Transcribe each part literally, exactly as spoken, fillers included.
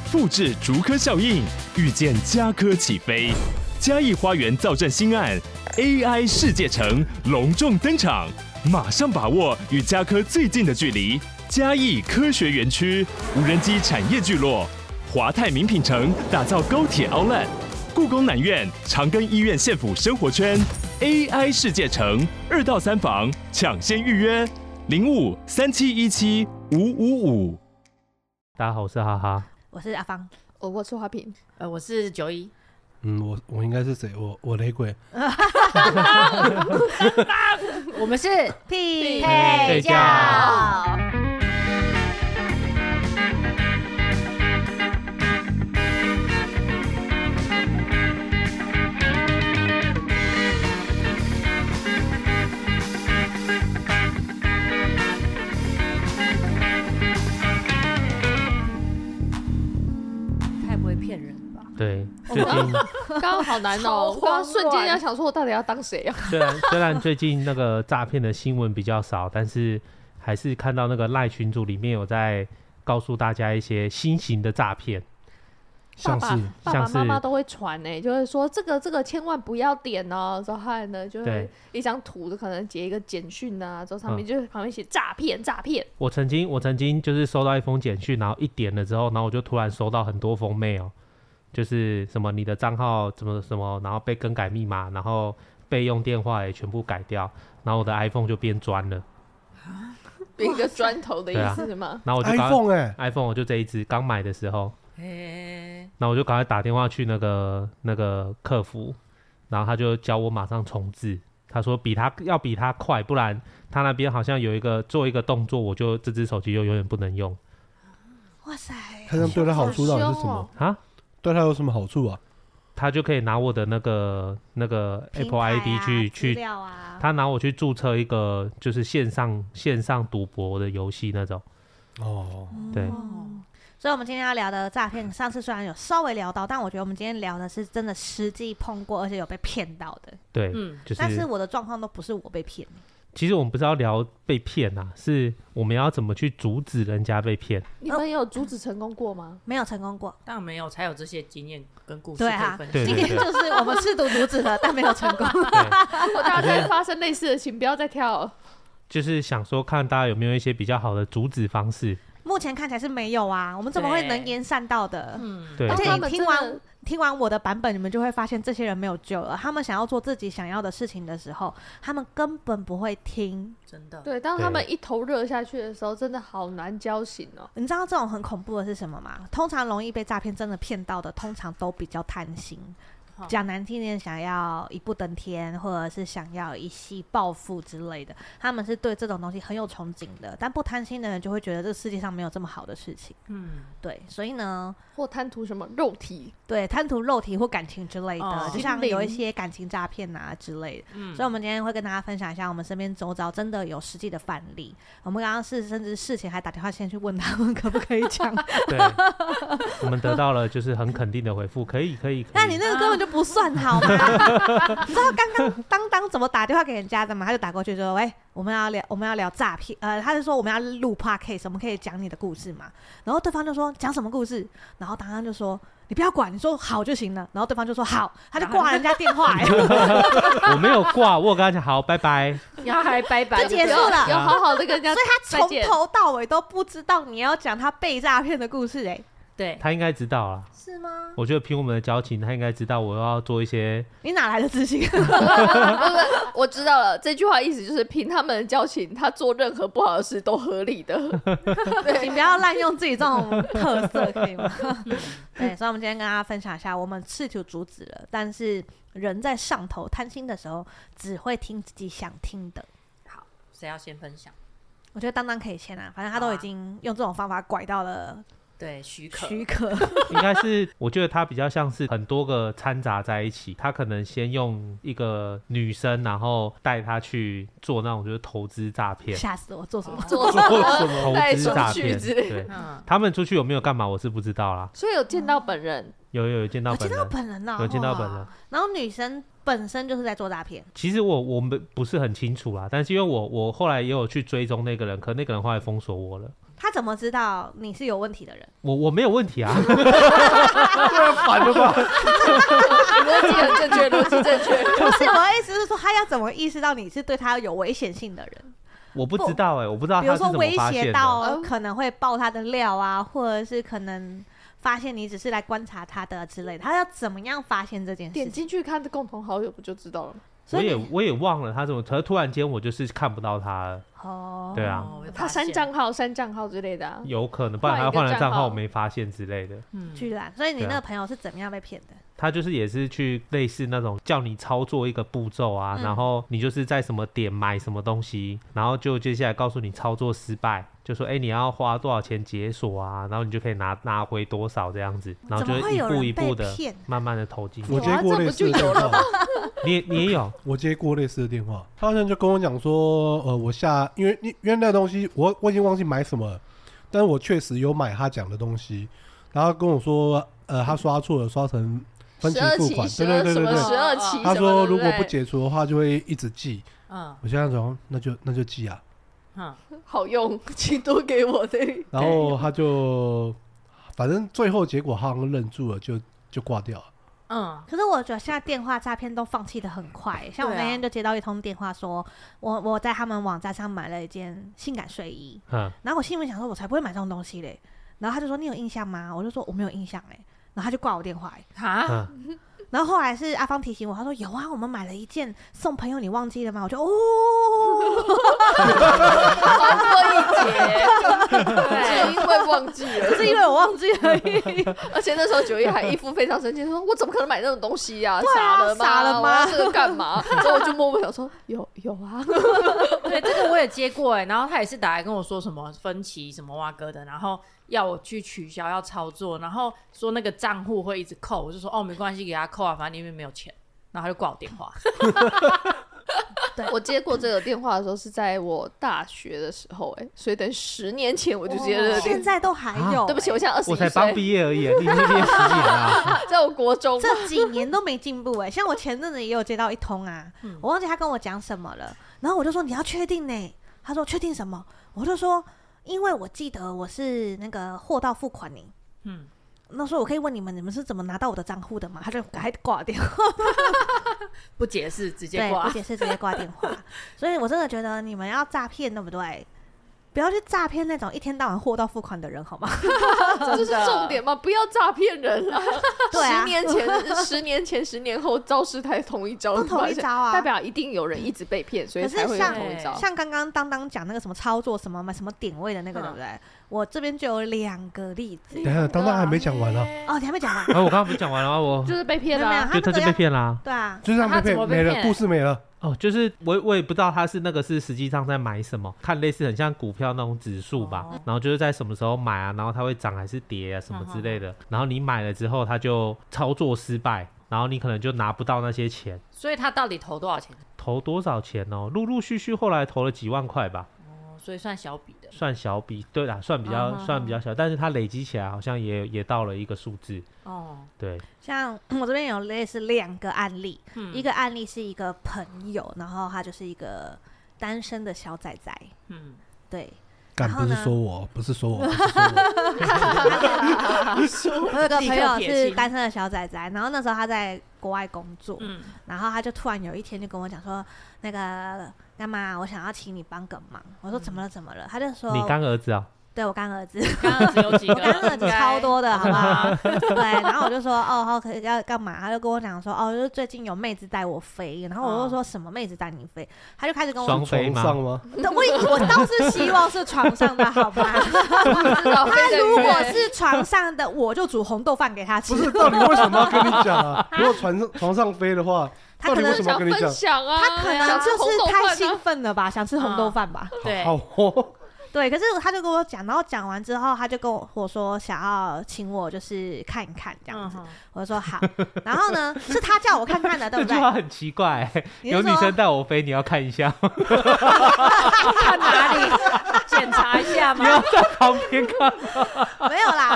复制竹科效应，预见家科起飞。嘉义花园造镇新案 A I 世界城隆重登场，马上把握与家科最近的距离。嘉义科学园区无人机产业聚落，华泰名品城打造高铁 Outlet， 故宫南院长庚医院县府生活圈 A I 世界城二到三房抢先预约零五三七一七五五五。 大家好，我是哈哈， 我是阿芳， 我我是花瓶， 呃，我是九一。 嗯，我我应该是谁？我我雷鬼。 我们是屁配教。 太不会骗人了吧？ 对，最近刚刚好难哦，我刚刚瞬间要想说，我到底要当谁啊？ 虽然虽然最近那个诈骗的新闻比较少，但是还是看到那个赖群组里面有在告诉大家一些新型的诈骗， 像是爸爸妈妈都会传呢、欸，就是说这个这个千万不要点哦，之后呢就会一张图的可能截一个简讯啊，之后上面就旁边写诈骗诈骗。 我曾经我曾经就是收到一封简讯，然后一点了之后，然后我就突然收到很多封 mail， 就是什么你的账号怎么什么，然后被更改密码，然后备用电话也全部改掉，然后我的 iPhone 就变砖了。 变一个砖头的意思吗？ 啊、然后我就 iPhone 哎、 欸、，iPhone 我就这一只刚买的时候， 欸、 然后我就赶快打电话去那个那个客服，然后他就教我马上重置。他说比他要比他快，不然他那边好像有一个做一个动作，我就这只手机就永远不能用。 哇塞！ 他这样对他好处到底是什么啊？ 对他有什么好处啊？ 他就可以拿我的那个那个 Apple I D 去、啊、去， 啊、 他拿我去注册一个就是线上线上赌博的游戏那种。 哦， 对。 嗯，所以我们今天要聊的诈骗，上次虽然有稍微聊到，但我觉得我们今天聊的是真的实际碰过，而且有被骗到的。 对，嗯，就是。 但是我的状况都不是我被骗。 其实我们不是要聊被骗啊，是我们要怎么去阻止人家被骗。 你们有阻止成功过吗？ 没有成功过， 当然没有，才有这些经验跟故事可以分享。 对啊， 今天就是我们试图阻止了，但没有成功。 如果大家再发生类似的情，不要再跳了。 就是想说，看大家有没有一些比较好的阻止方式。 目前看起来是没有啊，我们怎么会能言善道的？ 嗯， 对。 而且你听完听完我的版本，你们就会发现这些人没有救了。他们想要做自己想要的事情的时候，他们根本不会听。 真的。 对，当他们一头热下去的时候，真的好难交心哦。 你知道这种很恐怖的是什么吗？通常容易被诈骗真的骗到的，通常都比较贪心。讲难听点，想要一步登天，或者是想要一夕暴富之类的，他们是对这种东西很有憧憬的。但不贪心的人就会觉得这个世界上没有这么好的事情。嗯，对，所以呢， 或贪图什么肉体， 对，贪图肉体或感情之类的， 哦、 就像有一些感情诈骗啊之类的。嗯，所以我们今天会跟大家分享一下我们身边周遭真的有实际的范例。我们刚刚是甚至事前还打电话先去问他们可不可以讲。 对，我们得到了就是很肯定的回复，可以，可以，可以。 那你那个根本就不算好吗？你知道刚刚当当怎么打电话给人家的吗？他就打过去说：“喂，我们要聊，我们要聊诈骗。呃，他就说我们要录 podcast， 我们可以讲你的故事嘛。”然后对方就说：“讲什么故事？”然后当当就说：“你不要管，你说好就行了。”然后对方就说：“好。”他就挂人家电话、欸。 我没有挂，我有跟他讲好，拜拜。 然后还拜拜就结束了， 有好好的跟人家。 所以他从头到尾都不知道你要讲他被诈骗的故事、欸，哎。 对， 他应该知道啦。 是吗？ 我觉得凭我们的交情，他应该知道我要做一些。 你哪来的自信？ 不是，我知道了。这句话意思就是凭他们的交情，他做任何不好的事都合理的。 对，你不要滥用自己这种特色，可以吗？对，所以我们今天跟大家分享一下，我们试图阻止了，但是人在上头贪心的时候，只会听自己想听的。 好，谁要先分享？ 我觉得当当可以先啊，反正他都已经用这种方法拐到了。 对，许可许可应该是，我觉得他比较像是很多个掺杂在一起，他可能先用一个女生，然后带她去做那种就是投资诈骗。 吓死我！做什么？ 做什么投资诈骗之类的？对、嗯，他们出去有没有干嘛，我是不知道啦。 所以有见到本人， 有有有见到本人， 有见到本人啊， 有见到本人。 然后女生本身就是在做诈骗。 其实我我们不是很清楚啦，但是因为我我后来也有去追踪那个人，可那个人后来封锁我了。 他怎么知道你是有问题的人？ 我我没有问题啊， 太烦了吧？ 逻辑很正确，逻辑正确。 不是，我的意思是说，他要怎么意识到你是对他有危险性的人？ 我不知道哎、欸，我不知道比如他是怎么说威胁发现的。 到可能会爆他的料啊，或者是可能发现你只是来观察他的之类的，他要怎么样发现这件事情？ 点进去看共同好友不就知道了吗？ 我也我也忘了他怎么，可是突然间我就是看不到他了。 哦， 对啊， 他删账号、删账号之类的、啊， 有可能，不然他换了账号我没发现之类的。 嗯， 居然，所以你那个朋友是怎么样被骗的？ 他就是也是去类似那种叫你操作一个步骤啊、嗯，然后你就是在什么点买什么东西，然后就接下来告诉你操作失败，就说哎、欸、你要花多少钱解锁啊，然后你就可以拿拿回多少这样子，然后就一步一步的慢慢的投进去。 我接过类似的电话， 你你也有？ 我接过类似的电话，他好像就跟我讲说，呃，我下因为因为那个东西我我已经忘记买什么了，但是我确实有买他讲的东西，然后跟我说，呃，他刷错了，刷成分期付款，对对对对对， 十二期， 他说如果不解除的话就会一直寄。 嗯， 我现在说那就那就寄啊， 嗯， 好用，请多给我的。 然后他就反正最后结果好像愣住了，就就挂掉了。 嗯，可是我觉得现在电话诈骗都放弃的很快，像我那天就接到一通电话说，我我在他们网站上买了一件性感睡衣，嗯，然后我心里想说，我才不会买这种东西嘞，然后他就说你有印象吗？我就说我没有印象哎，然后他就挂我电话哎，啊。然后后来是阿芳提醒我，他说有啊，我们买了一件送朋友，你忘记了吗？我就哦， 逃过一劫，只因为忘记了， 只是因为我忘记了而已。 而且那时候九一还一副非常生气，说我怎么可能买那种东西呀、啊？ 傻了吗？ 傻了吗？ 我要这个干嘛？然后我就默默想说有有啊， 对，这个我也接过哎、欸，然后他也是打来跟我说什么分期什么哇哥的，然后要我去取消要操作，然后说那个账户会一直扣，我就说哦没关系，给他扣啊，反正里面没有钱，然后他就挂我电话。 对，我接过这个电话的时候是在我大学的时候、欸，哎，所以等十年前我就接了这个电话。 现在都还有、欸， 对不起，我现在二十一岁， 我才刚毕业而已，你已经毕业十年了， 在我国中， 这几年都没进步哎、欸。像我前阵子也有接到一通啊，嗯、我忘记他跟我讲什么了，然后我就说你要确定呢、欸，他说确定什么？我就说因为我记得我是那个货到付款呢、欸，嗯。那时候我可以问你们，你们是怎么拿到我的账户的吗？他就还挂电话， 不解释直接挂， 不解释直接挂电话。所以我真的觉得你们要诈骗，对不对？不要去诈骗那种一天到晚货到付款的人，好吗？ 这是重点吗？不要诈骗人啊！ 对啊， 十年前、十年前、十年后，招式台同一招， 同一招啊， 代表一定有人一直被骗，所以才会有同一招。 像刚刚当当讲那个什么操作什么什么点位的那个，对不对？我这边就有两个例子。 等一下，当当还没讲完啊！ 哦，你还没讲完？ 啊，我刚刚不是讲完了吗？我就是被骗了， 就他就被骗啦。 对啊， 就是他被骗没了，故事没了。 哦，就是我我也不知道他是那个是实际上在买什么，看类似很像股票那种指数吧，哦、然后就是在什么时候买啊，然后它会涨还是跌啊什么之类的，嗯、然后你买了之后他就操作失败，然后你可能就拿不到那些钱。 所以他到底投多少钱？ 投多少钱哦？陆陆续续后来投了几万块吧。 所以算小笔的， 算小笔，对啦，算比较、uh-huh. 算比较小，但是它累积起来好像也也到了一个数字哦。Oh. 对， 像我这边有类似两个案例、嗯，一个案例是一个朋友，然后他就是一个单身的小仔仔，嗯，对。 干不是说我，不是说我，不是说我。我有个朋友是单身的小仔仔，然后那时候他在国外工作，嗯，然后他就突然有一天就跟我讲说，那个干妈，我想要请你帮个忙。我说怎么了？怎么了？他就说你干儿子啊。 对，我干儿子， 干儿子有几个？ 我干儿子超多的，好不好？对，然后我就说，哦，好，可以要干嘛？他就跟我讲说，哦，就是最近有妹子带我飞，然后我就说什么妹子带你飞？他就开始跟我双飞吗？ 床上吗？ 我我倒是希望是床上的，好吗？他如果是床上的，我就煮红豆饭给他吃。 不是，到底为什么要跟你讲啊？如果床上床上飞的话， 他可能想分享啊， 他可能就是太兴奋了吧，想吃红豆饭吧？ 对。 好哦。 对，可是他就跟我讲，然后讲完之后，他就跟我说想要请我就是看一看这样子，嗯、我就说好。然后呢，是他叫我看看的，对不对？ 这句话很奇怪、欸，有女生带我飞，你要看一下吗？ 看哪里？检查一下吗？ 你要在旁边看吗？ 没有啦，反正他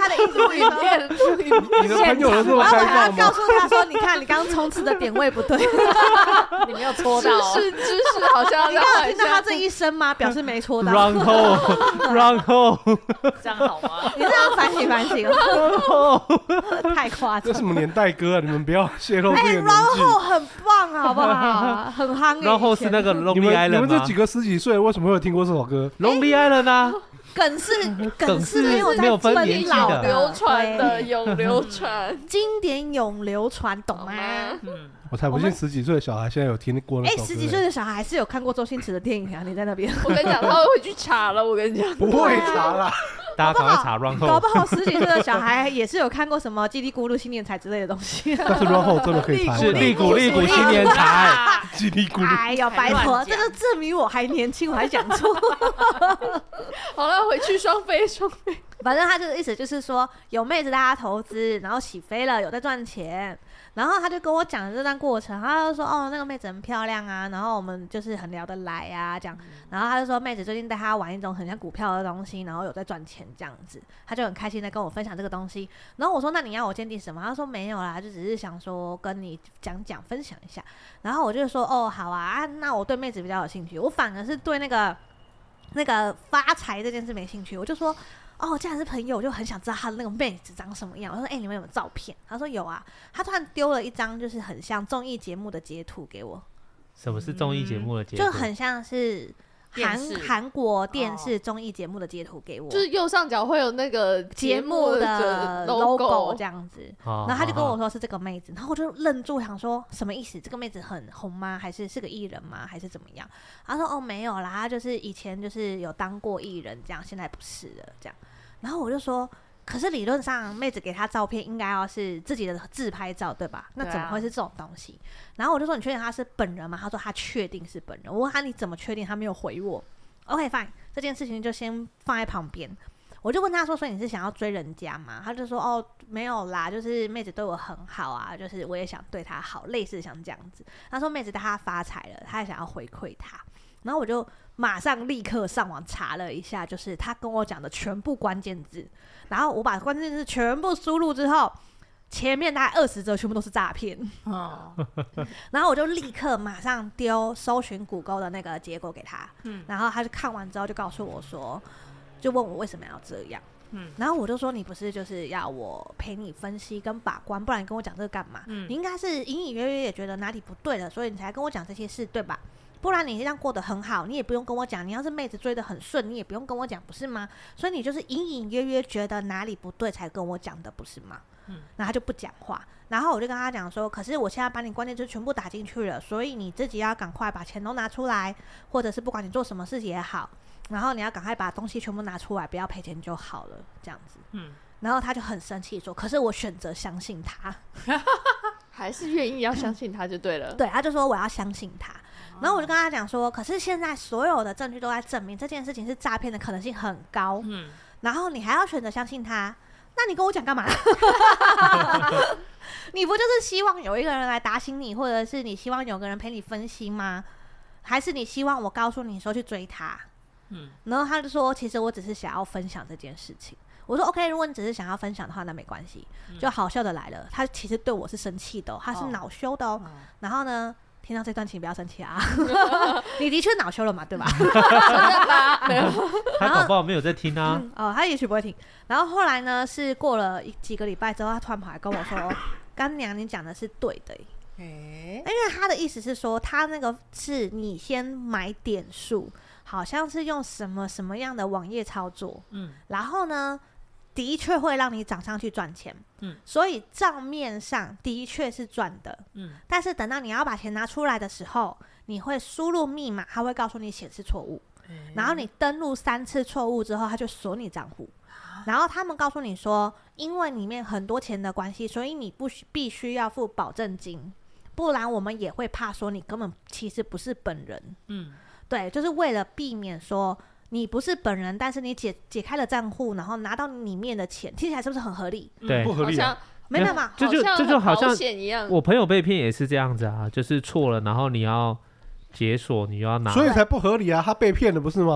的意思是影片，录影你的朋友都这么然后我还要开放吗？ 告诉他说，你看你刚刚冲刺的点位不对， 你没有戳知到哦， 识知识好像你要刚刚换一下。 听到他这一声吗？表示没戳到。 然后然后这样好吗？ 你这样反省反省哦，太夸张这。什么年代歌啊？你们不要泄露自己哎的年然后纪。 很棒，好不好？很夯欸。 然后以前是那个你 Lonely 们你 Island 吗们这几个十几岁，为什么会有听过这首歌？ ？Lonely Island 啊， 梗是梗梗是是没有没有分在年纪的老流传的对永流传， 经典永流传，懂吗？ 嗯， 我才不信十几岁的小孩现在有听过那哎， 首歌。 十几岁的小孩还是有看过周星驰的电影啊？你在那边， 我跟你讲，他会回去查了。我跟你讲， 不会查啦， 大家赶快查 Run 搞 Home。 不好十几岁的小孩也是有看过什么叽里咕噜新年彩之类的东西。 但是 run 后真的可以查是利过， 股利股新年财， 叽里咕噜。 哎呦，拜托， 还乱讲这就证明我还年轻，我还讲错。 好了，回去双飞双飞。 反正他这个意思就是说，有妹子带他投资，然后起飞了，有在赚钱。然后他就跟我讲这段过程，他就说哦，那个妹子很漂亮啊，然后我们就是很聊得来啊，这样。然后他就说妹子最近带他玩一种很像股票的东西，然后有在赚钱这样子，他就很开心的跟我分享这个东西。然后我说那你要我鉴定什么？他说没有啦，就只是想说跟你讲讲分享一下。然后我就说哦好啊，啊那我对妹子比较有兴趣，我反而是对那个那个发财这件事没兴趣，我就说。哦，既然是朋友，我就很想知道他的那个妹子长什么样。我说：“哎、欸，你们有没有照片？”他说：“有啊。”他突然丢了一张就是很像综艺节目的截图给我， 什么是综艺节目的截图？ 就很像是韩电视韩国电视综艺节目的截图给我， 就是右上角会有那个节目的 logo 这样子。 哦然后他就跟我说是这个妹子，然后我就愣住，想说什么意思？这个妹子很红吗？还是是个艺人吗？还是怎么样？他说：“哦，没有啦，他就是以前就是有当过艺人，这样现在不是了，这样。”然后我就说，可是理论上妹子给他照片应该要是自己的自拍照对吧？那怎么会是这种东西？然后我就说你确定他是本人吗？他说他确定是本人。我问他你怎么确定？他没有回我。OK fine， 这件事情就先放在旁边。我就问他说，所以你是想要追人家吗？他就说哦没有啦，就是妹子对我很好啊，就是我也想对她好，类似像这样子。他说妹子带他发财了，他也想要回馈他。然后我就马上立刻上网查了一下，就是他跟我讲的全部关键字，然后我把关键字全部输入之后，前面大概二十则全部都是诈骗， 哦， 然后我就立刻马上丢搜寻谷歌的那个结果给他， 嗯然后他就看完之后就告诉我说，就问我为什么要这样。 嗯然后我就说你不是就是要我陪你分析跟把关，不然你跟我讲这个干嘛？ 嗯你应该是隐隐约约也觉得哪里不对了，所以你才跟我讲这些事，对吧？不然你这样过得很好，你也不用跟我讲。你要是妹子追得很顺，你也不用跟我讲，不是吗？所以你就是隐隐约约觉得哪里不对才跟我讲的，不是吗？ 嗯， 然后他就不讲话，然后我就跟他讲说，可是我现在把你关键字全部打进去了，所以你自己要赶快把钱都拿出来，或者是不管你做什么事也好，然后你要赶快把东西全部拿出来，不要赔钱就好了，这样子。 嗯， 然后他就很生气说，可是我选择相信他。 还是愿意要相信他就对了。 对，他就说我要相信他。然后我就跟他讲说，可是现在所有的证据都在证明这件事情是诈骗的可能性很高， 嗯， 然后你还要选择相信他，那你跟我讲干嘛？你不就是希望有一个人来打醒你，或者是你希望有个人陪你分析吗？还是你希望我告诉你说去追他？ 嗯， 然后他就说，其实我只是想要分享这件事情。我说 OK， 如果你只是想要分享的话，那没关系。就好笑的来了，他其实对我是生气的、哦，他是恼羞的哦。 哦然后呢，听到这段请不要生气啊，你的确恼羞了嘛，对吧？ 真的吗？没有。 他搞不好没有在听啊。 嗯、哦，他也许不会听。然后后来呢，是过了一几个礼拜之后，他突然跑来跟我说：“干娘，你讲的是对的。” 哎， 因为他的意思是说，他那个是你先买点数，好像是用什么什么样的网页操作， 嗯， 然后呢，的确会让你涨上去赚钱， 嗯， 所以账面上的确是赚的， 嗯， 但是等到你要把钱拿出来的时候，你会输入密码，他会告诉你显示错误，然后你登录三次错误之后，他就锁你账户。然后他们告诉你说，因为里面很多钱的关系，所以你不需必须要付保证金，不然我们也会怕说你根本其实不是本人。 嗯， 对，就是为了避免说你不是本人，但是你解解开了账户，然后拿到里面的钱，听起来是不是很合理？ 对不合理啊好像！ 没办法， 这就好像这就好像很保险一样。 我朋友被骗也是这样子啊，就是错了，然后你要解锁，你又要拿。 所以才不合理啊！他被骗了不是吗？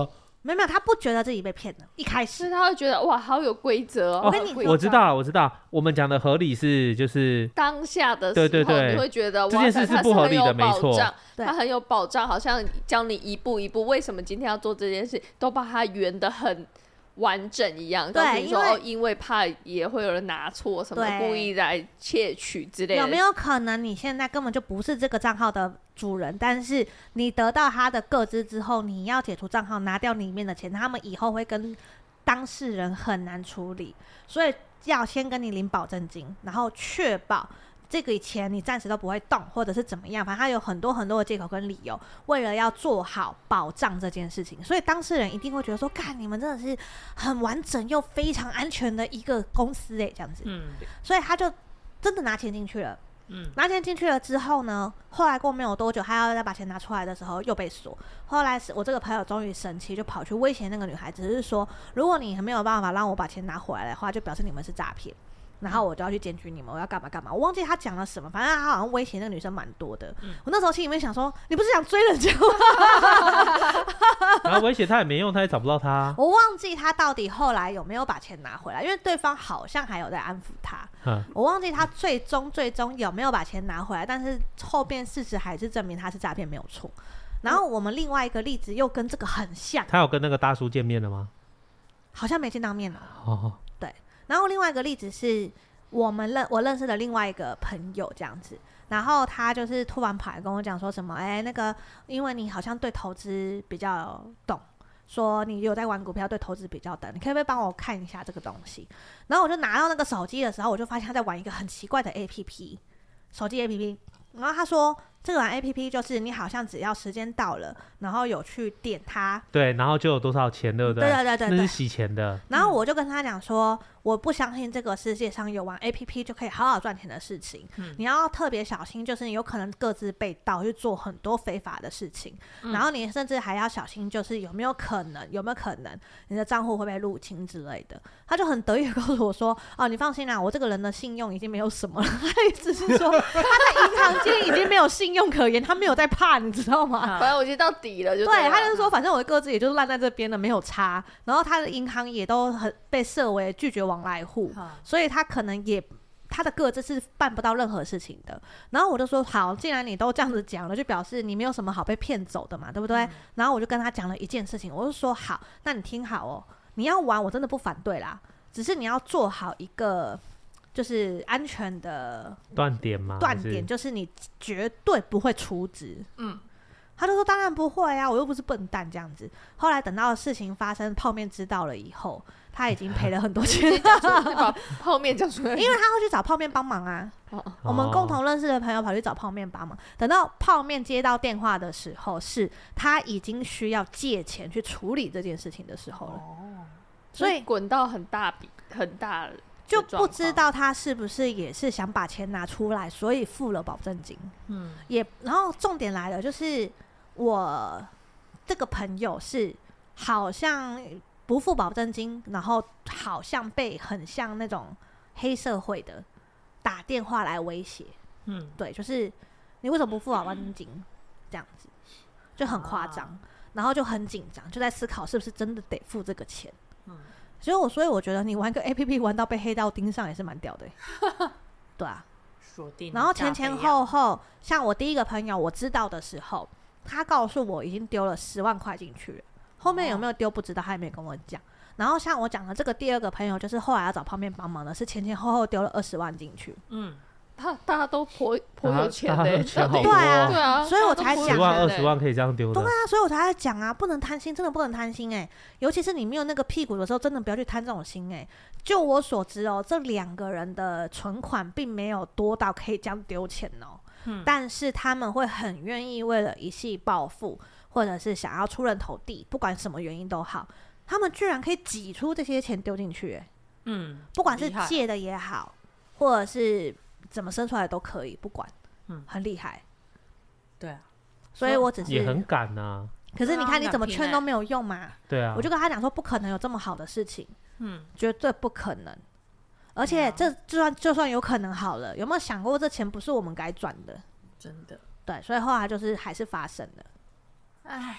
没有没有，他不觉得自己被骗了，一开始所以他会觉得哇，好有规则哦。 哦跟你我知道了，我知道，我们讲的合理是就是当下的时候， 对对对你会觉得这件事是不合理的，没错， 对他很有保障，好像教你一步一步，为什么今天要做这件事，都把它圆得很完整一样。 对， 比如说哦，因为怕也会有人拿错什么，故意来窃取之类的。 有没有可能你现在根本就不是这个账号的主人，但是你得到他的个资之后，你要解除账号，拿掉里面的钱，他们以后会跟当事人很难处理，所以要先跟你领保证金，然后确保这个钱你暂时都不会动，或者是怎么样，反正他有很多很多的借口跟理由，为了要做好保障这件事情，所以当事人一定会觉得说，干，你们真的是很完整又非常安全的一个公司哎，这样子， 嗯， 所以他就真的拿钱进去了。 嗯， 拿钱进去了之后呢，后来过没有多久，他要再把钱拿出来的时候又被锁。后来是我这个朋友终于生气，就跑去威胁那个女孩子，是说如果你没有办法让我把钱拿回来的话，就表示你们是诈骗。然后我就要去检举你们，我要干嘛干嘛。我忘记他讲了什么，反正他好像威胁那个女生蛮多的。嗯、我那时候心里面想说，你不是想追人家吗？ 然后威胁他也没用，他也找不到他。 我忘记他到底后来有没有把钱拿回来，因为对方好像还有在安抚他。 嗯、 我忘记他最终最终有没有把钱拿回来，但是后边事实还是证明他是诈骗没有错。然后我们另外一个例子又跟这个很像， 他有跟那个大叔见面了吗？ 好像没见到面了。 哦， 对。然后另外一个例子是我们认我认识的另外一个朋友这样子，然后他就是突然跑来跟我讲说什么，哎，那个因为你好像对投资比较懂，说你有在玩股票，对投资比较懂，你可以不可以帮我看一下这个东西？然后我就拿到那个手机的时候，我就发现他在玩一个很奇怪的 A P P， 手机 A P P。然后他说这个玩 A P P 就是你好像只要时间到了，然后有去点它， 对，然后就有多少钱，对不对？ 对对对对对， 那是洗钱的。 然后我就跟他讲说，我不相信这个世界上有玩 A P P 就可以好好赚钱的事情，嗯、你要特别小心，就是你有可能各自被盗去做很多非法的事情，嗯、然后你甚至还要小心，就是有没有可能有没有可能你的账户会被入侵之类的。他就很得意的告诉我说，哦，你放心啦，我这个人的信用已经没有什么了。他的意思是说，他在银行间已经没有信用可言，他没有在怕，你知道吗？ 反正我已经到底了就对， 对了， 他就是说，反正我的个资也就是烂在这边了，没有差。然后他的银行也都很被设为拒绝往来户，所以他可能也他的个资是办不到任何事情的。然后我就说，好，既然你都这样子讲了，就表示你没有什么好被骗走的嘛，对不对？嗯、然后我就跟他讲了一件事情，我就说，好，那你听好哦，你要玩，我真的不反对啦，只是你要做好一个。就是安全的断点吗？ 断点就是你绝对不会出值。嗯，他就说当然不会啊，我又不是笨蛋这样子。后来等到事情发生，泡面知道了以后，他已经赔了很多钱。 把泡面讲出来， 因为他会去找泡面帮忙啊。哦、我们共同认识的朋友跑去找泡面帮忙。等到泡面接到电话的时候，是他已经需要借钱去处理这件事情的时候了。哦， 所以滚到很大笔很大了。 就不知道他是不是也是想把钱拿出来，所以付了保证金。嗯，也然后重点来了，就是我这个朋友是好像不付保证金，然后好像被很像那种黑社会的打电话来威胁。嗯，对，就是你为什么不付保证金？这样子就很夸张，啊、然后就很紧张，就在思考是不是真的得付这个钱。嗯。所以我所以我觉得你玩个 A P P 玩到被黑道盯上也是蛮屌的。对啊， 锁定。 然后前前后后，像我第一个朋友我知道的时候，他告诉我已经丢了十万块进去了，后面有没有丢不知道，他也没跟我讲。然后像我讲的这个第二个朋友，就是后来要找泡面帮忙的，是前前后后丢了二十万进去。嗯。 他大家都颇颇有钱的、欸， 钱好多、 对啊， 对啊， 所以我才讲十万二十万可以这样丢的， 对啊，所以我才在讲啊，不能贪心，真的不能贪心哎、欸，尤其是你没有那个屁股的时候，真的不要去贪这种心哎、欸。就我所知哦，这两个人的存款并没有多到可以这样丢钱哦，嗯、但是他们会很愿意为了一夕暴富，或者是想要出人头地，不管什么原因都好，他们居然可以挤出这些钱丢进去哎、欸，嗯，不管是借的也好，或者是。怎么生出来都可以，不管，嗯，很厉害， 对啊， 所以我只是也很敢呐、啊。 可是你看你怎么劝都没有用嘛， 对啊， 我就跟他讲说不可能有这么好的事情，嗯，绝对不可能，而且这就算就算有可能好了，有没有想过这钱不是我们该赚的？ 真的， 对，所以后来就是还是发生了， 唉。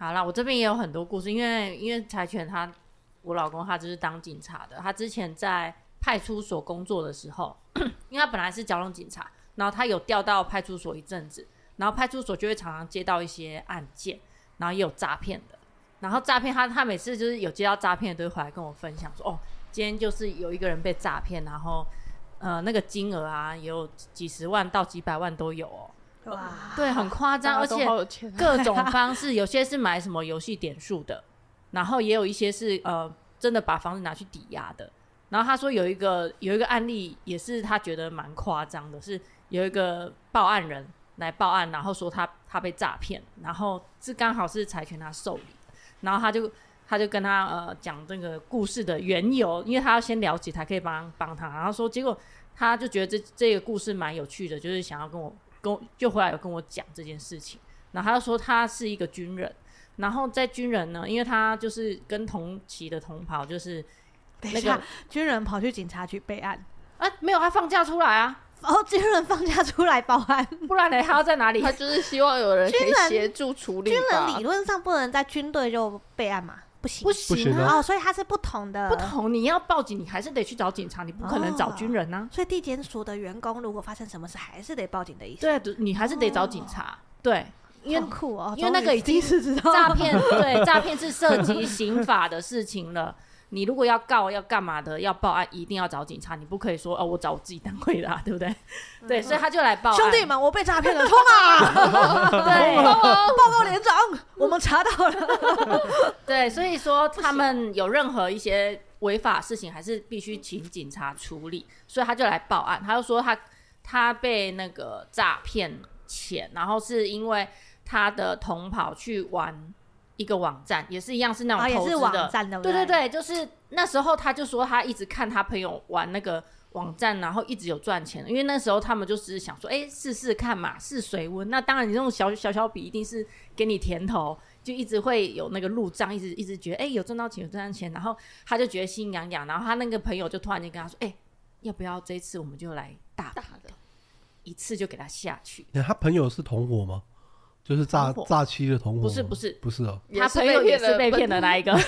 好啦，我这边也有很多故事，因为因为柴犬他我老公他就是当警察的，他之前在派出所工作的时候，因为他本来是交通警察，然后他有调到派出所一阵子，然后派出所就会常常接到一些案件，然后也有诈骗的，然后诈骗他他每次就是有接到诈骗的都会回来跟我分享说，哦，今天就是有一个人被诈骗，然后呃那个金额啊也有几十万到几百万都有哦。 哇， 对，很夸张，而且各种方式，有些是买什么游戏点数的，然后也有一些是呃真的把房子拿去抵押的。然后他说有一个有一个案例也是他觉得蛮夸张的，是有一个报案人来报案，然后说他他被诈骗，然后是刚好是柴犬他受理，然后他就他就跟他呃讲这个故事的缘由，因为他要先了解才可以帮帮他，然后说结果他就觉得这这个故事蛮有趣的，就是想要跟我跟就回来有跟我讲这件事情，然后他就说他是一个军人，然后在军人呢，因为他就是跟同期的同袍就是那个军人跑去警察局备案啊，没有，他放假出来啊。 哦，军人放假出来报案， 不然呢他要在哪里？ 他就是希望有人可以协助处理吧。 军人理论上不能在军队就备案嘛，不行不行啊！ 哦，所以它是不同的， 不同。你要报警，你还是得去找警察，你不可能找军人啊。 哦、所以地检署的员工如果发生什么事，还是得报警的意思。 对，你还是得找警察。哦、对，因为酷哦， 因为那个已经是诈骗，对，诈骗是涉及刑法的事情了。你如果要告要干嘛的，要报案，一定要找警察，你不可以说哦，我找我自己单位的、啊，对不对？嗯、对，所以他就来报案。 兄弟们，我被诈骗了，冲啊！ 对， 报告连长，我们查到了。 对，所以说他们有任何一些违法事情，还是必须请警察处理，所以他就来报案。他就说他他被那个诈骗钱，然后是因为他的同袍去玩一个网站，也是一样是那种投资的、 哦、也是网站的， 对对对，就是那时候他就说他一直看他朋友玩那个网站，然后一直有赚钱，因为那时候他们就是想说，哎，试试看嘛，试水温。那当然，你这种小小小笔一定是给你甜头，就一直会有那个入账，一直一直觉得，哎，有赚到钱，有赚到钱，然后他就觉得心痒痒，然后他那个朋友就突然间跟他说，哎，要不要这一次我们就来大大的，一次就给他下去？ 他朋友是同伙吗？就是诈诈欺的同伙？ 不是不是不是哦， 他朋友也是被骗的那一个，被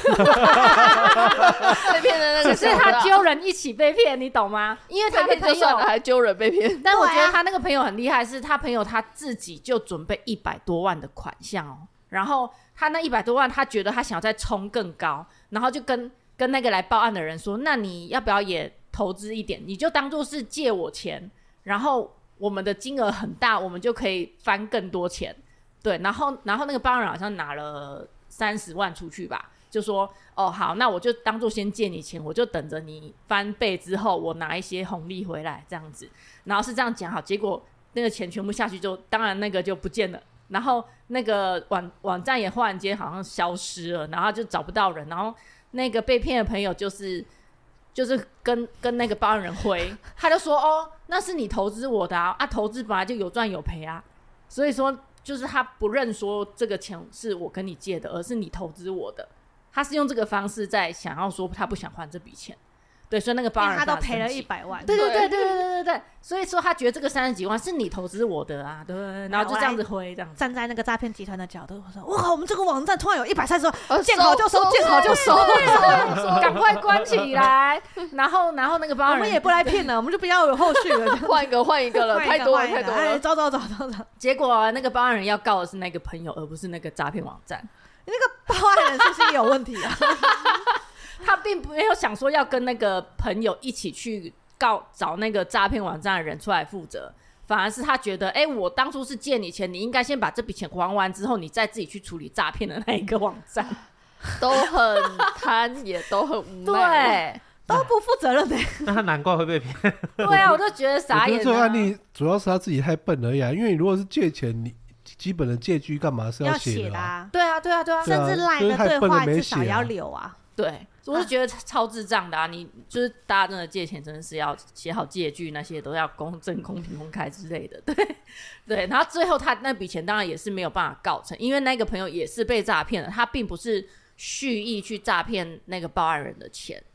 骗的那个， 只是他揪人一起被骗，你懂吗？因为他的朋友算了还揪人被骗， 但我觉得他那个朋友很厉害，是他朋友他自己就准备一百多万的款项哦，然后他那一百多万，他觉得他想要再冲更高，然后就跟跟那个来报案的人说，那你要不要也投资一点？你就当做是借我钱，然后我们的金额很大，我们就可以翻更多钱。对，然后然后那个报案人好像拿了三十万出去吧，就说哦好，那我就当做先借你钱，我就等着你翻倍之后，我拿一些红利回来这样子。然后是这样讲好，结果那个钱全部下去就，当然那个就不见了。然后那个网网站也忽然间好像消失了，然后就找不到人。然后那个被骗的朋友就是就是跟跟那个报案人回，他就说哦，那是你投资我的啊，啊投资本来就有赚有赔啊，所以说。就是他不认说这个钱是我跟你借的，而是你投资我的。他是用这个方式在想要说他不想还这笔钱，对，所以那个报案人他都赔了一百万， 对对对对对对对对，所以说他觉得这个三十几万是你投资我的啊，对不对？然后就这样子挥，这样子站在那个诈骗集团的角度，我说哇，我们这个网站突然有一百三十万，见好就收，见好就收， 赶快关起来。然后然后那个报案人， 我们也不来骗了，我们就不要有后续了， 换一个换一个了，太多了太多了， 走走走走走。 结果那个报案人要告的是那个朋友，而不是那个诈骗网站。 那个报案人是不是也有问题啊？ 他并没有想说要跟那个朋友一起去告找那个诈骗网站的人出来负责，反而是他觉得，哎、欸，我当初是借你钱，你应该先把这笔钱还完之后，你再自己去处理诈骗的那一个网站， 都很贪，也都很无奈， 对，都不负责任的。 那他难怪会被骗。 对啊，我就觉得傻眼、啊。 我觉得这个案例主要是他自己太笨而已啊，因为你如果是借钱，你基本的借据干嘛是要写的啊？ 对啊，对啊，对啊， 甚至赖的对话至少要留啊。 对，我就觉得超智障的啊！你就是大家真的借钱，真的是要写好借据，那些都要公正、公平、公开之类的。对对，然后最后他那笔钱当然也是没有办法告成，因为那个朋友也是被诈骗了，他并不是蓄意去诈骗那个报案人的钱，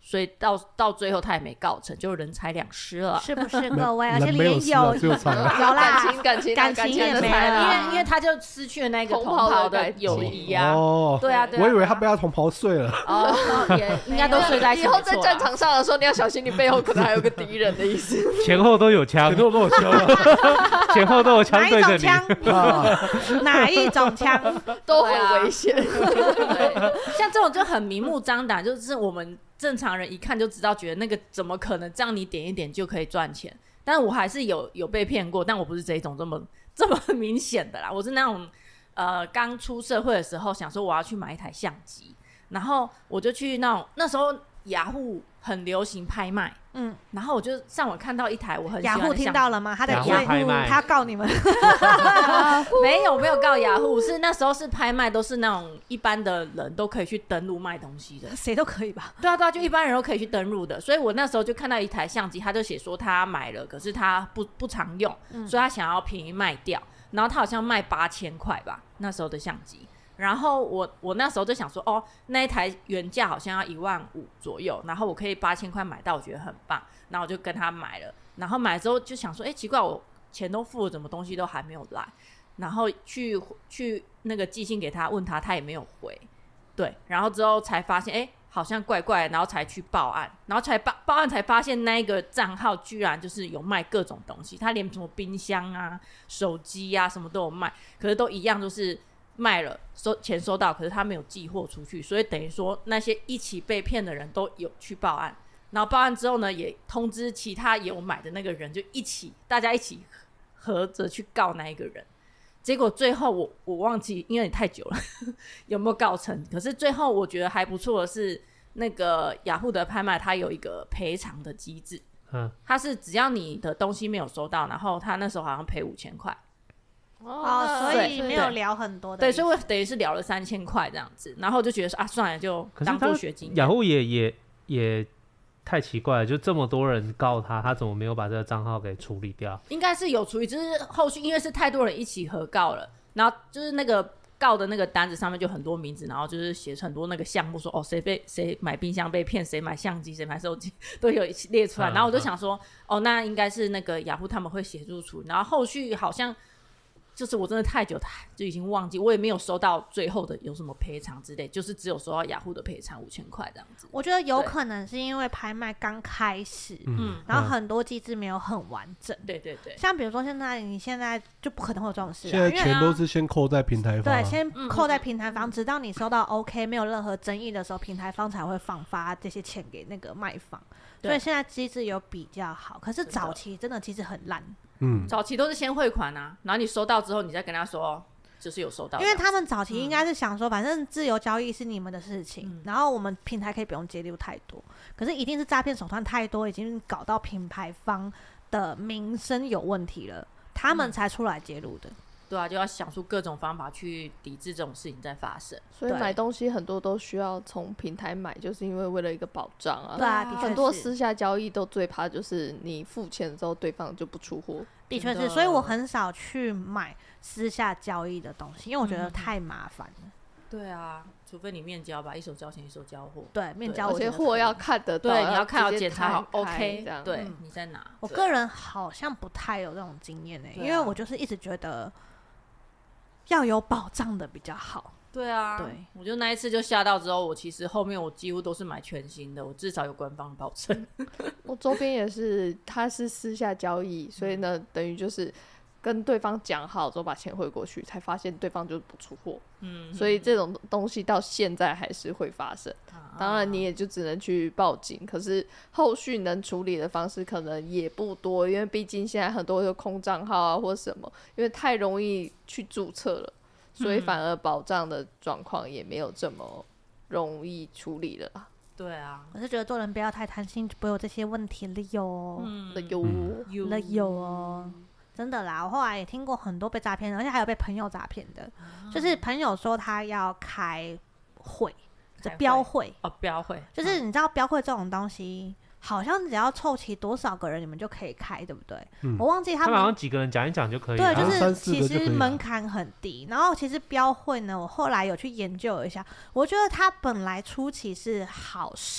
所以到到最后他也没告成，就人财两失了。 是不是各位？而且人没有连事啊有只有财有感啦， 情感情感情情也没的财了因啦为因为他就失去了那个同同袍的感袍的友情谊啊。 哦， 对啊，对啊， 我以为他被他同袍睡了。 哦，也应该都睡在一起。 以后在战场上的时候，你要小心，你背后可能还有个敌人的意思。 前后都有枪前，头都有枪了前后都有枪哪一对着你。 种枪？ 啊！ 哪一种枪？ 都很危险。 对，像这种就很明目张胆，就是我们正常人一看就知道，觉得那个怎么可能这样你点一点就可以赚钱？但我还是有有被骗过，但我不是这一种这么这么明显的啦，我是那种呃刚出社会的时候想说我要去买一台相机，然后我就去那种那时候雅虎很流行拍卖。 嗯， 然后我就上网看到一台我很喜雅虎欢的相机， 听到了吗？他在雅虎追拍卖他要告你们。 没有没有告雅虎，是那时候是拍卖，都是那种一般的人都可以去登录卖东西的。 谁都可以吧？ 对啊对啊，就一般人都可以去登录的。所以我那时候就看到一台相机，他就写说他买了，可是他不不常用， 嗯所以他想要便宜卖掉。然后他好像卖八千块吧，那时候的相机。然后我我那时候就想说，哦，那一台原价好像要一万五左右，然后我可以八千块买到，我觉得很棒。然后我就跟他买了，然后买了之后就想说，哎，奇怪，我钱都付了，怎么东西都还没有来？然后去去那个寄信给他，问他，他也没有回。对，然后之后才发现，哎，好像怪怪的，然后才去报案，然后才报报案才发现那个账号居然就是有卖各种东西，他连什么冰箱啊、手机啊什么都有卖，可是都一样，就是卖了收钱收到，可是他没有寄货出去，所以等于说那些一起被骗的人都有去报案。然后报案之后呢，也通知其他有买的那个人，就一起大家一起合着去告那一个人。结果最后我我忘记，因为你太久了有没有告成。可是最后我觉得还不错的是，那个雅虎的拍卖它有一个赔偿的机制， 嗯， 它是只要你的东西没有收到，然后他那时候好像赔五千块。 哦，所以没有聊很多的对， 意思。 所以我等于是聊了三千块这样子，然后就觉得说啊，算了，就当可是他做学经验。 雅虎也也也太奇怪了，就这么多人告他，他怎么没有把这个账号给处理掉？ 应该是有处理，只是后续因为是太多人一起合告了，然后就是那个告的那个单子上面就很多名字，然后就是写很多那个项目说，哦，谁被谁买冰箱被骗，谁买相机，谁买手机都有列出来。 嗯然后我就想说，哦，那应该是那个雅虎他们会协助处理。然后后续好像就是我真的太久就已经忘记，我也没有收到最后的有什么赔偿之类，就是只有收到雅虎的赔偿五千块这样子。 我觉得有可能是因为拍卖刚开始， 嗯， 然后很多机制没有很完整。 对对对， 像比如说现在你现在就不可能会有这种事、啊， 现在因为钱都是先扣在平台方啊， 对，先嗯扣在平台方，直到你收到 OK 没有任何争议的时候，平台方才会放发这些钱给那个卖方。 对所以现在机制有比较好，可是真的早期真的其实很烂， 嗯， 早期都是先汇款啊，然后你收到之后，你再跟他说就是有收到这样子， 因为他们早期应该是想说，反正自由交易是你们的事情， 嗯然后我们平台可以不用介入太多。可是一定是诈骗手段太多，已经搞到品牌方的名声有问题了，他们嗯才出来介入的。 对啊，就要想出各种方法去抵制这种事情在发生。 对所以买东西很多都需要从平台买，就是因为为了一个保障啊。 对啊，的确很多是私下交易都最怕就是你付钱之后对方就不出货。 真的的确是，所以我很少去买私下交易的东西，因为我觉得嗯太麻烦了。 对啊，除非你面交吧，一手交钱一手交货。 对，面交而且我觉得可以货要看得到， 对，你要看要直接检查好摊开 OK， 这样。 对， 嗯你再拿。对我个人好像不太有这种经验呢、 对啊因为我就是一直觉得要有保障的比较好。 对啊， 对， 我就那一次就吓到之后，我其实后面我几乎都是买全新的，我至少有官方保证。 我周边也是，他是私下交易，所以呢，等于就是跟对方讲好之后把钱汇过去，才发现对方就不出货。 嗯， 所以这种东西到现在还是会发生。 啊当然，你也就只能去报警，可是后续能处理的方式可能也不多，因为毕竟现在很多有空账号啊或什么，因为太容易去注册了，所以反而保障的状况也没有这么容易处理了啦。 对啊， 我是觉得做人不要太贪心，就不会有这些问题了哟。 嗯那有有了有哦，真的啦，我后来也听过很多被诈骗的，而且还有被朋友诈骗的，就是朋友说他要开会，这开会标会， 哦，标会就是你知道标会这种东西，好像只要凑齐多少个人，你们就可以开，对不对？ 嗯我忘记他他们好像们。 几个人讲一讲就可以对， 了。 就好像三是其实四个就可以了门槛很低，然后其实标会呢，我后来有去研究一下，我觉得它本来初期是好事，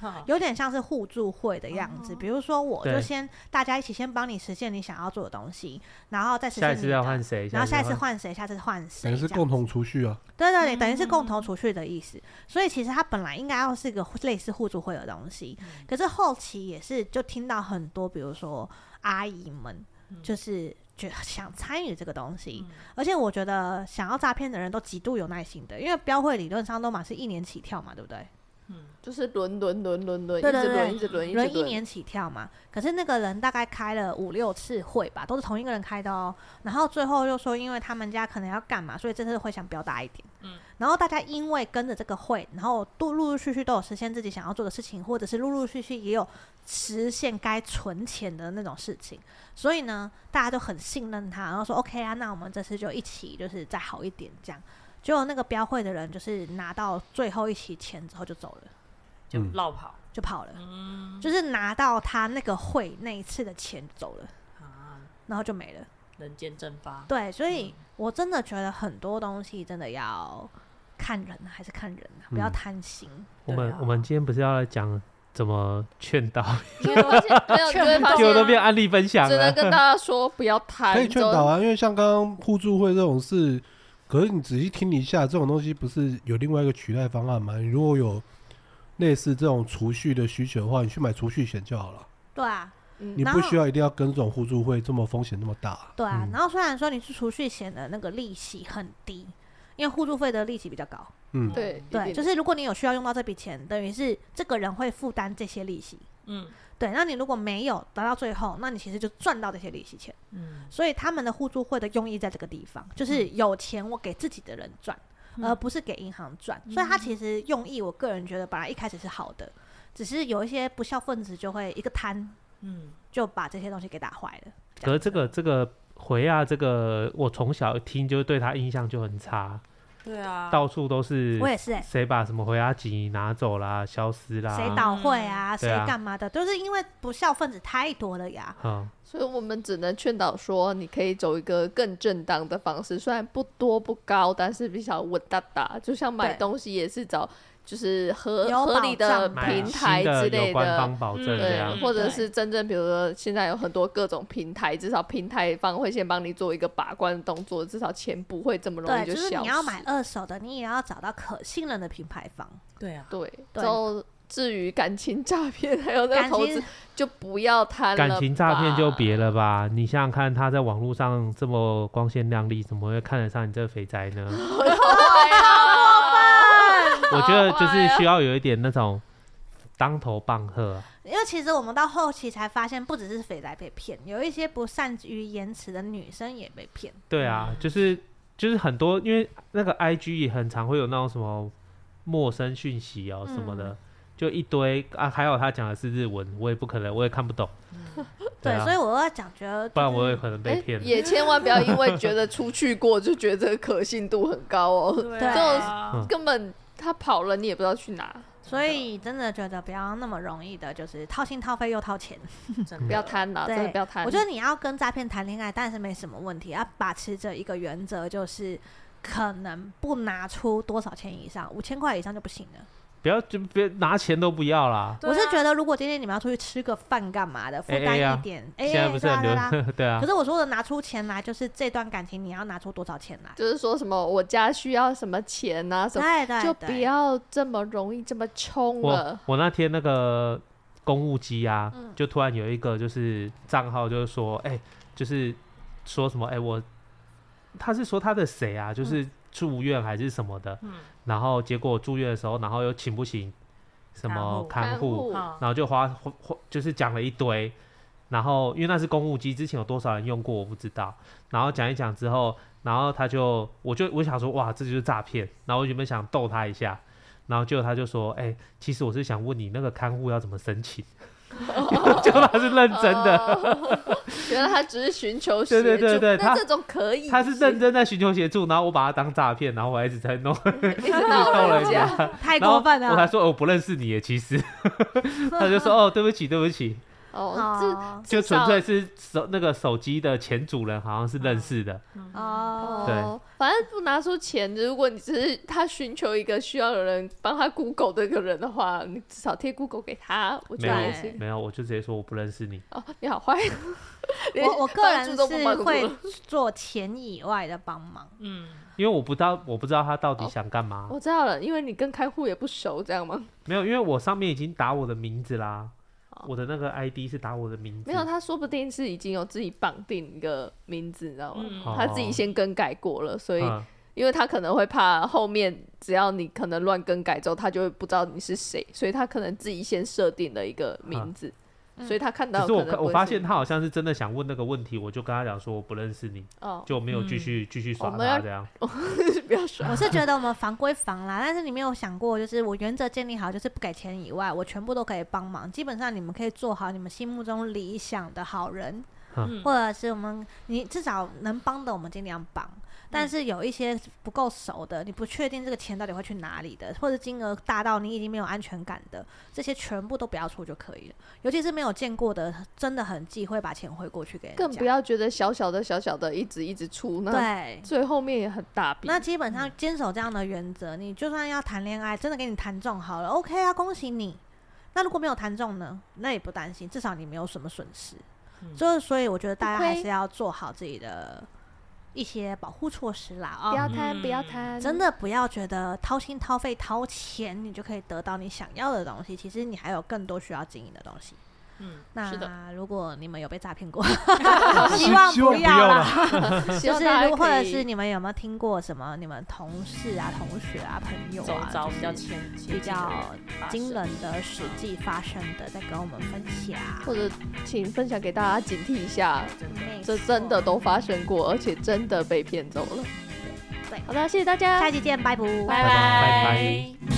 有点像是互助会的样子。比如说，我就先大家一起先帮你实现你想要做的东西，然后再实现你的。 下一次要换谁？ 然后下一次换谁？下次换谁？ 等于是共同储蓄啊。 对对对，等于是共同储蓄的意思。所以其实它本来应该要是一个类似互助会的东西，可是后期也是就听到很多，比如说阿姨们就是觉得想参与这个东西，而且我觉得想要诈骗的人都极度有耐心的，因为标会理论上都嘛是一年起跳嘛，对不对？ 嗯，就是轮轮轮轮轮， 对对对， 一直轮一直轮， 轮一年起跳嘛。可是那个人大概开了五六次会吧，都是同一个人开的哦。然后最后又说，因为他们家可能要干嘛，所以这次会想表达一点。嗯，然后大家因为跟着这个会，然后陆陆续续都有实现自己想要做的事情，或者是陆陆续续也有实现该存钱的那种事情。所以呢，大家就很信任他，然后说 OK 啊，那我们这次就一起就是再好一点这样。结果那个标会的人就是拿到最后一期钱之后就走了， 就绕跑、 嗯、就跑了、 嗯， 就是拿到他那个会那一次的钱走了、 啊、 然后就没了， 人间蒸发。 对，所以我真的觉得很多东西真的要看人还是看人、啊嗯、不要贪心。 我们、啊、我们今天不是要来讲怎么劝导， 没有，就会发现都变案例分享了， 只能跟大家说不要贪。 可以劝导啊，因为像刚刚互助会这种事。可是你仔细听一下，这种东西不是有另外一个取代方案吗？你如果有类似这种储蓄的需求的话，你去买储蓄险就好了。 对啊， 嗯、你不需要一定要跟这种互助会这么风险那么大。 对啊、嗯，然后虽然说你是储蓄险的那个利息很低，因为互助会的利息比较高。 嗯，对对，就是如果你有需要用到这笔钱，等于是这个人会负担这些利息。嗯。对，那你如果没有达到最后，那你其实就赚到这些利息钱。嗯，所以他们的互助会的用意在这个地方，就是有钱我给自己的人赚、嗯，而不是给银行赚、嗯。所以他其实用意，我个人觉得本来一开始是好的，只是有一些不孝分子就会一个贪，嗯，就把这些东西给打坏了。 可是这个这个回啊，这个我从小听就对他印象就很差。 对啊， 到处都是， 我也是、欸， 谁把什么回家集拿走啦，消失啦， 谁倒会啊，谁干、 啊、 嘛的，都是因为不孝分子太多了呀。 嗯， 所以我们只能劝导说，你可以走一个更正当的方式，虽然不多不高，但是比较稳当当。就像买东西也是找。就是合合理的平台之类的， 有官方保证这样、 嗯，或者是真正比如说现在有很多各种平台，至少平台方会先帮你做一个把关的动作，至少钱不会这么容易就消失。 对，就是你要买二手的，你也要找到可信任的品牌方。 对啊， 对。然后至于感情诈骗还有那个投资，就不要贪了。 感情诈骗就别了吧，你想想看，他在网络上这么光鲜亮丽，怎么会看得上你这个肥宅呢？我觉得就是需要有一点那种当头棒喝、啊， 因为其实我们到后期才发现，不只是肥宅被骗，有一些不善于言辞的女生也被骗。 对啊，就是就是很多，因为那个 I G 也很常会有那种什么陌生讯息哦什么的，嗯、就一堆啊，还有他讲的是日文，我也不可能，我也看不懂。 嗯对, 对、啊，所以我要讲，觉得、就是、 不然我也可能被骗、欸。 也千万不要因为觉得出去过就觉得这个可信度很高哦， 对、啊， 这种根本他跑了你也不知道去哪。 所以真的觉得不要那么容易的，就是掏心掏肺又掏钱， 不要贪了，真的不要贪。 我觉得你要跟诈骗谈恋爱，但是没什么问题，要把持着一个原则，就是可能不拿出多少钱以上，五千块以上就不行了。 不要就别拿钱都不要啦、啊。 我是觉得，如果今天你们要出去吃个饭干嘛的，负担一点，哎、 欸，现在不是很流行， 对啊。 可是我说的拿出钱来，就是这段感情你要拿出多少钱来？ 就是说什么我家需要什么钱啊，什么， 对对对， 就不要这么容易这么冲了。 我我那天那个公务机啊、嗯，就突然有一个就是账号，就是说，哎、欸，就是说什么，哎、欸，我他是说他的谁啊，就是。嗯住院还是什么的、嗯，然后结果住院的时候，然后又请不请什么看护，然后就花花就是讲了一堆，然后因为那是公务机，之前有多少人用过我不知道，然后讲一讲之后，然后他就我就我想说哇这就是诈骗，然后我原本想逗他一下，然后结果他就说哎、欸，其实我是想问你那个看护要怎么申请。就他是认真的、哦， 原来他只是寻求协助， 对对对对， 那这种可以， 他是认真在寻求协助，然后我把他当诈骗，然后我还一直在弄， 一直闹人家， 太过分了。 我才说、哦、我不认识你耶，其实，他就说哦对不起对不起， 哦， 就纯粹是手那个手机的前主人好像是认识的。 哦， 对， 反正不拿出钱，如果你只是他寻求一个需要有人帮他 Google 的一个人的话，你至少贴 Google 给他，我觉没得也是。 有没有，我就直接说我不认识你。 哦，你好坏。 我我个人帮助都不帮助是会做钱以外的帮忙。 嗯， 因为我不知道我不知道他到底想干嘛。 我知道了，因为你跟开户也不熟，这样吗？ 没有，因为我上面已经打我的名字啦。我的那个 I D 是打我的名字， 没有，他说不定是已经有自己绑定一个名字，你知道吗？ 嗯他自己先更改过了，所以、 嗯因为他可能会怕后面只要你可能乱更改之后，他就会不知道你是谁，所以他可能自己先设定了一个名字， 嗯、 所以他看到可是我可能我发现他好像是真的想问那个问题，我就跟他讲说我不认识你， 哦， 就没有继续继、续耍我们要他这样。 不要说， 我是觉得我们防归防啦，但是你没有想过，就是我原则建立好，就是不给钱以外，我全部都可以帮忙。基本上你们可以做好你们心目中理想的好人， 嗯或者是我们你至少能帮的，我们尽量帮。但是有一些不够熟的，你不确定这个钱到底会去哪里的，或者金额大到你已经没有安全感的，这些全部都不要出就可以了。尤其是没有见过的，真的很忌讳把钱汇过去给人家， 更不要觉得小小的小小的一直一直出，那对， 最后面也很大笔。 那基本上坚守这样的原则，你就算要谈恋爱，真的给你谈中好了 ，OK 啊，恭喜你。那如果没有谈中呢，那也不担心，至少你没有什么损失。 嗯就是所以我觉得大家不亏还是要做好自己的一些保护措施啦啊、 不要哦， 贪， 嗯不要贪， 真的不要觉得掏心掏肺掏钱，你就可以得到你想要的东西。其实你还有更多需要经营的东西。 嗯，是的， 那如果你们有被诈骗过， 希希望希望不要啦。 啦。 希就是望大家如或者可以是你们有没有听过什么你们同事啊、同学啊、朋友走啊， 着比较就是牵比较惊人。 人的实际发生的，再跟我们分享。 或者请分享给大家警惕一下， 没这错真的都发生过，而且真的被骗走了。 对， 好的，谢谢大家， 下期见，拜拜。 拜拜拜拜